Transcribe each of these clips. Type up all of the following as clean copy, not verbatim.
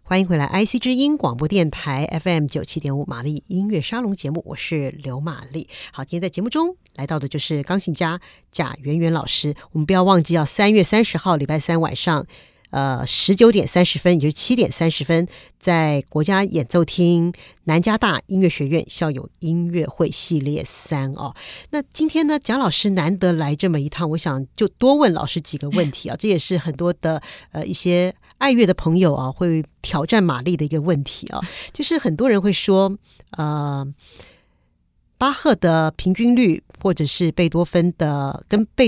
欢迎回来 IC 之音广播电台 FM97.5 玛丽音乐沙龙节目，我是刘玛丽。好，今天在节目中来到的就是钢琴家贾圆圆老师。我们不要忘记3月30号礼拜三晚上19点30分，也就是7点30分，在国家演奏厅南加大音乐学院校友音乐会系列3哦。那今天呢，贾老师难得来这么一趟，我想就多问老师几个问题啊，这也是很多的一些爱乐的朋友啊会挑战玛丽的一个问题啊，就是很多人会说巴赫的平均律或者是贝多芬的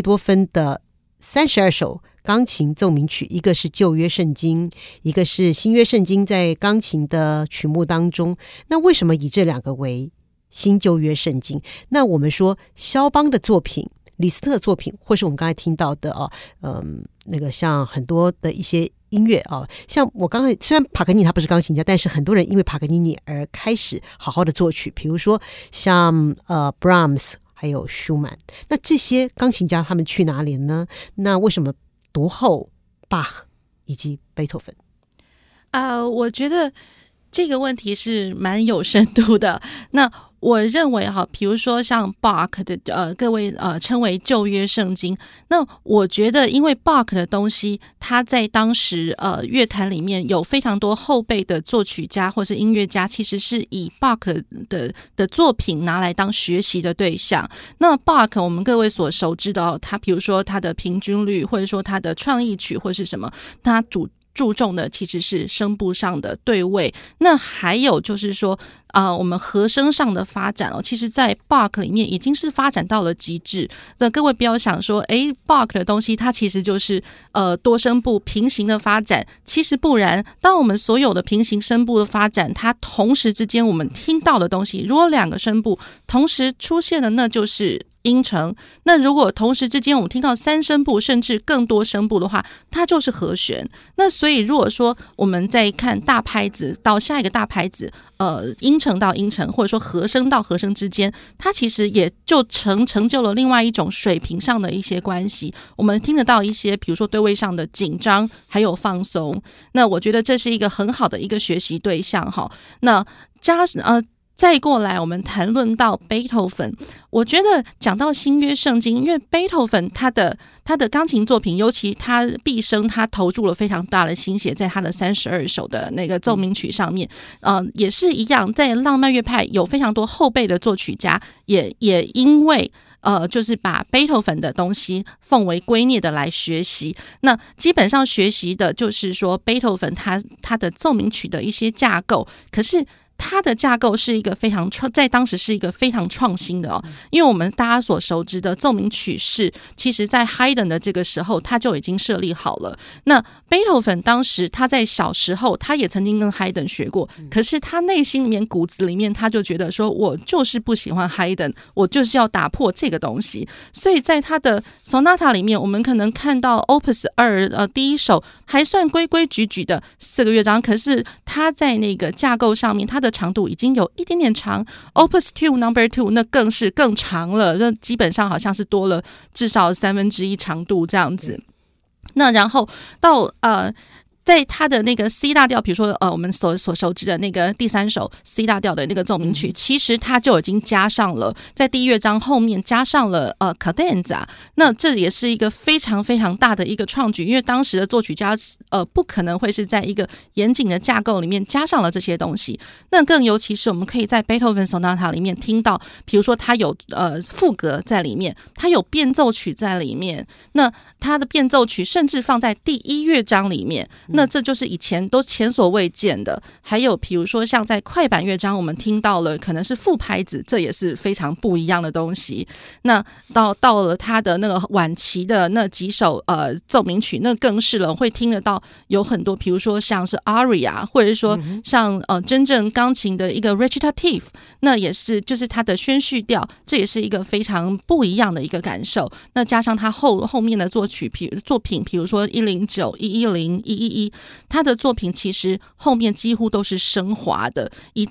32首钢琴奏鸣曲，一个是旧约圣经，一个是新约圣经，在钢琴的曲目当中，那为什么以这两个为新旧约圣经？那我们说肖邦的作品、李斯特的作品，或是我们刚才听到的那个像很多的一些音乐像我刚才虽然帕格尼他不是钢琴家，但是很多人因为帕格尼尼而开始好好的作曲，比如说像Brahms 还有舒曼。那这些钢琴家他们去哪里呢？那为什么独后巴赫以及贝多芬？ 我觉得这个问题是蛮有深度的。那我认为比如说像 Bach 的各位称为旧约圣经，那我觉得因为 Bach 的东西，他在当时乐坛里面有非常多后辈的作曲家或是音乐家，其实是以 Bach 的作品拿来当学习的对象。那 Bach 我们各位所熟知的他比如说他的平均律，或者说他的创意曲或是什么，他注重的其实是声部上的对位。那还有就是说我们和声上的发展其实在 Bach 里面已经是发展到了极致。那各位不要想说Bach 的东西它其实就是多声部平行的发展，其实不然。当我们所有的平行声部的发展，它同时之间我们听到的东西，如果两个声部同时出现的，那就是音程。那如果同时之间我们听到3声部甚至更多声部的话，它就是和弦。那所以如果说我们在看大拍子到下一个大拍子，音程到音程，或者说和声到和声之间，它其实也就成就了另外一种水平上的一些关系。我们听得到一些比如说对位上的紧张还有放松，那我觉得这是一个很好的一个学习对象那再过来我们谈论到贝多芬，我觉得讲到新约圣经，因为贝多芬他的钢琴作品，尤其他毕生他投注了非常大的心血在他的32首的那个奏鸣曲上面，也是一样，在浪漫乐派有非常多后辈的作曲家也因为就是把贝多芬的东西奉为圭臬的来学习。那基本上学习的就是说贝多芬他的奏鸣曲的一些架构，可是它的架构是一个非常在当时是一个非常创新的因为我们大家所熟知的奏鸣曲式，其实在 Haydn 的这个时候他就已经设立好了。那贝多芬当时他在小时候他也曾经跟 Haydn 学过，可是他内心里面骨子里面他就觉得说，我就是不喜欢 Haydn， 我就是要打破这个东西。所以在他的 Sonata 里面，我们可能看到 Opus 2第一首还算规规矩矩的4个乐章，可是他在那个架构上面他的长度已经有一点点长。 Opus 2 Number 2那更是更长了，那基本上好像是多了至少1/3长度这样子。那然后到在他的那个 C 大调，比如说我们所熟知的那个第3首 C 大调的那个奏鸣曲，其实他就已经加上了在第1乐章后面加上了cadenza。 那这也是一个非常非常大的一个创举，因为当时的作曲家不可能会是在一个严谨的架构里面加上了这些东西。那更尤其是我们可以在 Beethoven Sonata 里面听到，比如说他有赋格在里面，他有变奏曲在里面，那他的变奏曲甚至放在第1乐章里面，那这就是以前都前所未见的。还有比如说像在快板乐章我们听到了可能是副拍子，这也是非常不一样的东西。那到了他的那个晚期的那几首奏鸣曲，那更是了，会听得到有很多比如说像是 aria， 或者说像真正钢琴的一个 recitative， 那也是就是他的宣叙调，这也是一个非常不一样的一个感受。那加上他后面的作品，比如说109、110、111，他的作品其实后面几乎都是升华的，已经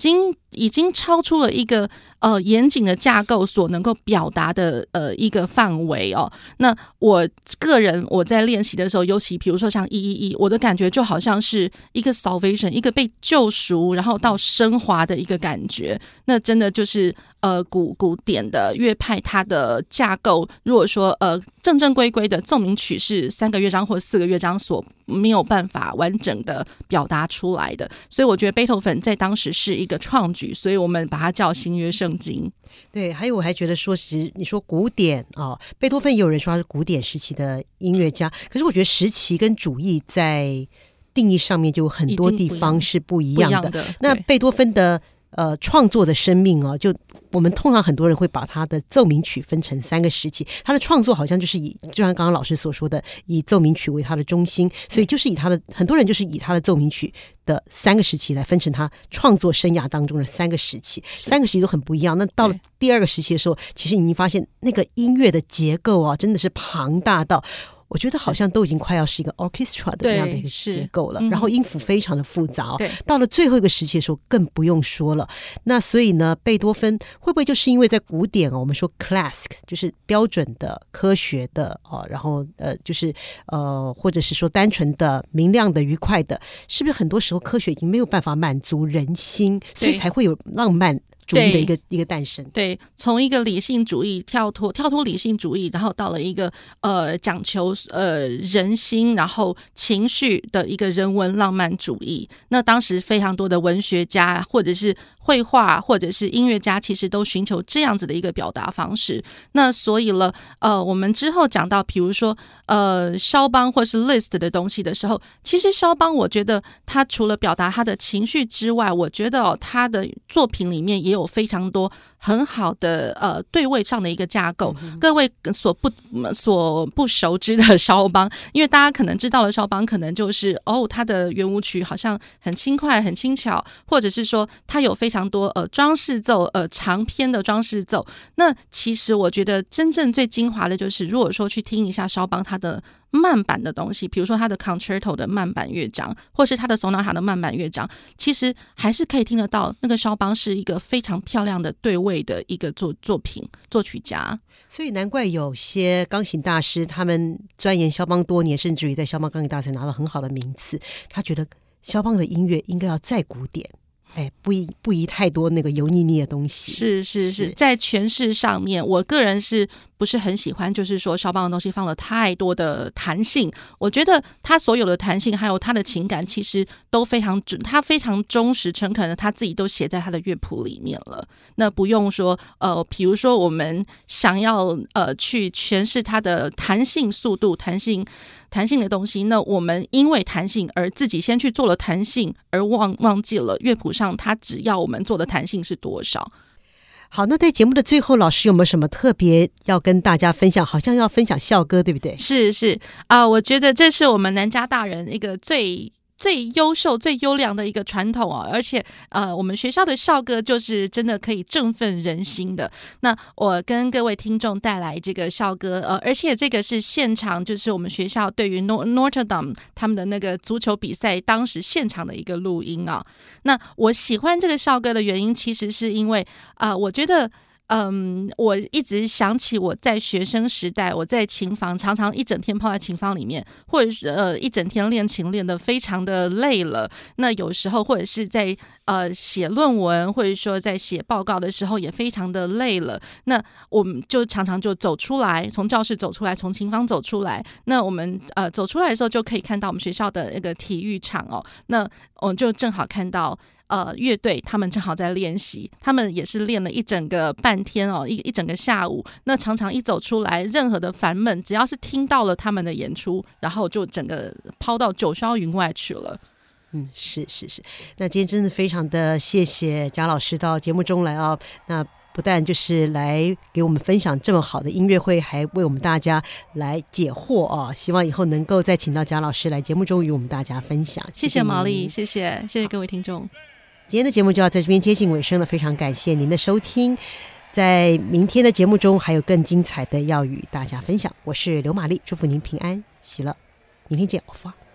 已经超出了一个严谨的架构所能够表达的一个范围哦。那我个人我在练习的时候，尤其比如说像111，我的感觉就好像是一个 salvation， 一个被救赎然后到升华的一个感觉。那真的就是古典的乐派它的架构，如果说正正规规的奏鸣曲是3个乐章或4个乐章所没有办法完整的表达出来的，所以我觉得贝多芬在当时是一个创举，所以我们把它叫新约圣经。 对，还有我还觉得说，其实你说古典贝多芬也有人说他是古典时期的音乐家，可是我觉得时期跟主义在定义上面就有很多地方是不一样的。那贝多芬的创作的生命就我们通常很多人会把他的奏鸣曲分成3个时期，他的创作好像就是就像刚刚老师所说的，以奏鸣曲为他的中心，所以就是很多人就是以他的奏鸣曲的3个时期来分成他创作生涯当中的3个时期，3个时期都很不一样。那到了第2个时期的时候，其实你发现那个音乐的结构真的是庞大到我觉得好像都已经快要是一个 orchestra 的那样的一个结构了，然后音符非常的复杂到了最后一个时期的时候更不用说了。那所以呢，贝多芬会不会就是因为在古典我们说 classic 就是标准的科学的然后就是或者是说单纯的明亮的愉快的，是不是很多时候科学已经没有办法满足人心，所以才会有浪漫主义的一个诞生？ 对，从一个理性主义跳脱理性主义，然后到了一个讲求人心然后情绪的一个人文浪漫主义。那当时非常多的文学家或者是绘画或者是音乐家其实都寻求这样子的一个表达方式。那所以了我们之后讲到比如说肖邦或是 Liszt 的东西的时候，其实肖邦我觉得他除了表达他的情绪之外，我觉得他的作品里面也有非常多很好的对位上的一个架构。各位所不熟知的肖邦，因为大家可能知道了肖邦可能就是他的圆舞曲好像很轻快很轻巧，或者是说他有非常多装饰奏长篇的装饰奏。那其实我觉得真正最精华的就是如果说去听一下肖邦他的慢板的东西，比如说他的 concerto 的慢板乐章，或是他的 sonata 的慢板乐章，其实还是可以听得到那个肖邦是一个非常漂亮的对位的一个作品作曲家。 所以难怪有些钢琴大师他们钻研肖邦多年，甚至于在肖邦钢琴大赛拿到很好的名次，他觉得肖邦的音乐应该要再古典，不宜太多那个油腻腻的东西。 是，在诠释上面我个人是不是很喜欢就是说肖邦的东西放了太多的弹性。我觉得他所有的弹性还有他的情感其实都他非常忠实诚恳的，他自己都写在他的乐谱里面了。那不用说比如说我们想要去诠释他的弹性速度弹性的东西，那我们因为弹性而自己先去做了弹性，而忘记了乐谱上他只要我们做的弹性是多少。 好，那在节目的最后，老师有没有什么特别要跟大家分享？好像要分享校歌，对不对？ 是我觉得这是我们南加大人一个最优秀最优良的一个传统而且我们学校的校歌就是真的可以振奋人心的。那我跟各位听众带来这个校歌而且这个是现场，就是我们学校对于 Notre Dame 他们的那个足球比赛当时现场的一个录音那我喜欢这个校歌的原因其实是因为我觉得我一直想起我在学生时代，我在琴房常常一整天泡在琴房里面，或者是一整天练琴练得非常的累了。那有时候或者是在写论文，或者说在写报告的时候也非常的累了。那我们就常常就走出来，从教室走出来，从琴房走出来。那我们走出来的时候就可以看到我们学校的那个体育场那我们就正好看到乐队他们正好在练习，他们也是练了一整个半天一整个下午。那常常一走出来，任何的烦闷只要是听到了他们的演出，然后就整个抛到九霄云外去了。 是。那今天真的非常的谢谢贾老师到节目中来那不但就是来给我们分享这么好的音乐会，还为我们大家来解惑希望以后能够再请到贾老师来节目中与我们大家分享。 谢谢毛利，谢谢各位听众。 今天的节目就要在这边接近尾声了，非常感谢您的收听。在明天的节目中还有更精彩的要与大家分享。我是刘玛丽，祝福您平安喜乐，明天见，我发。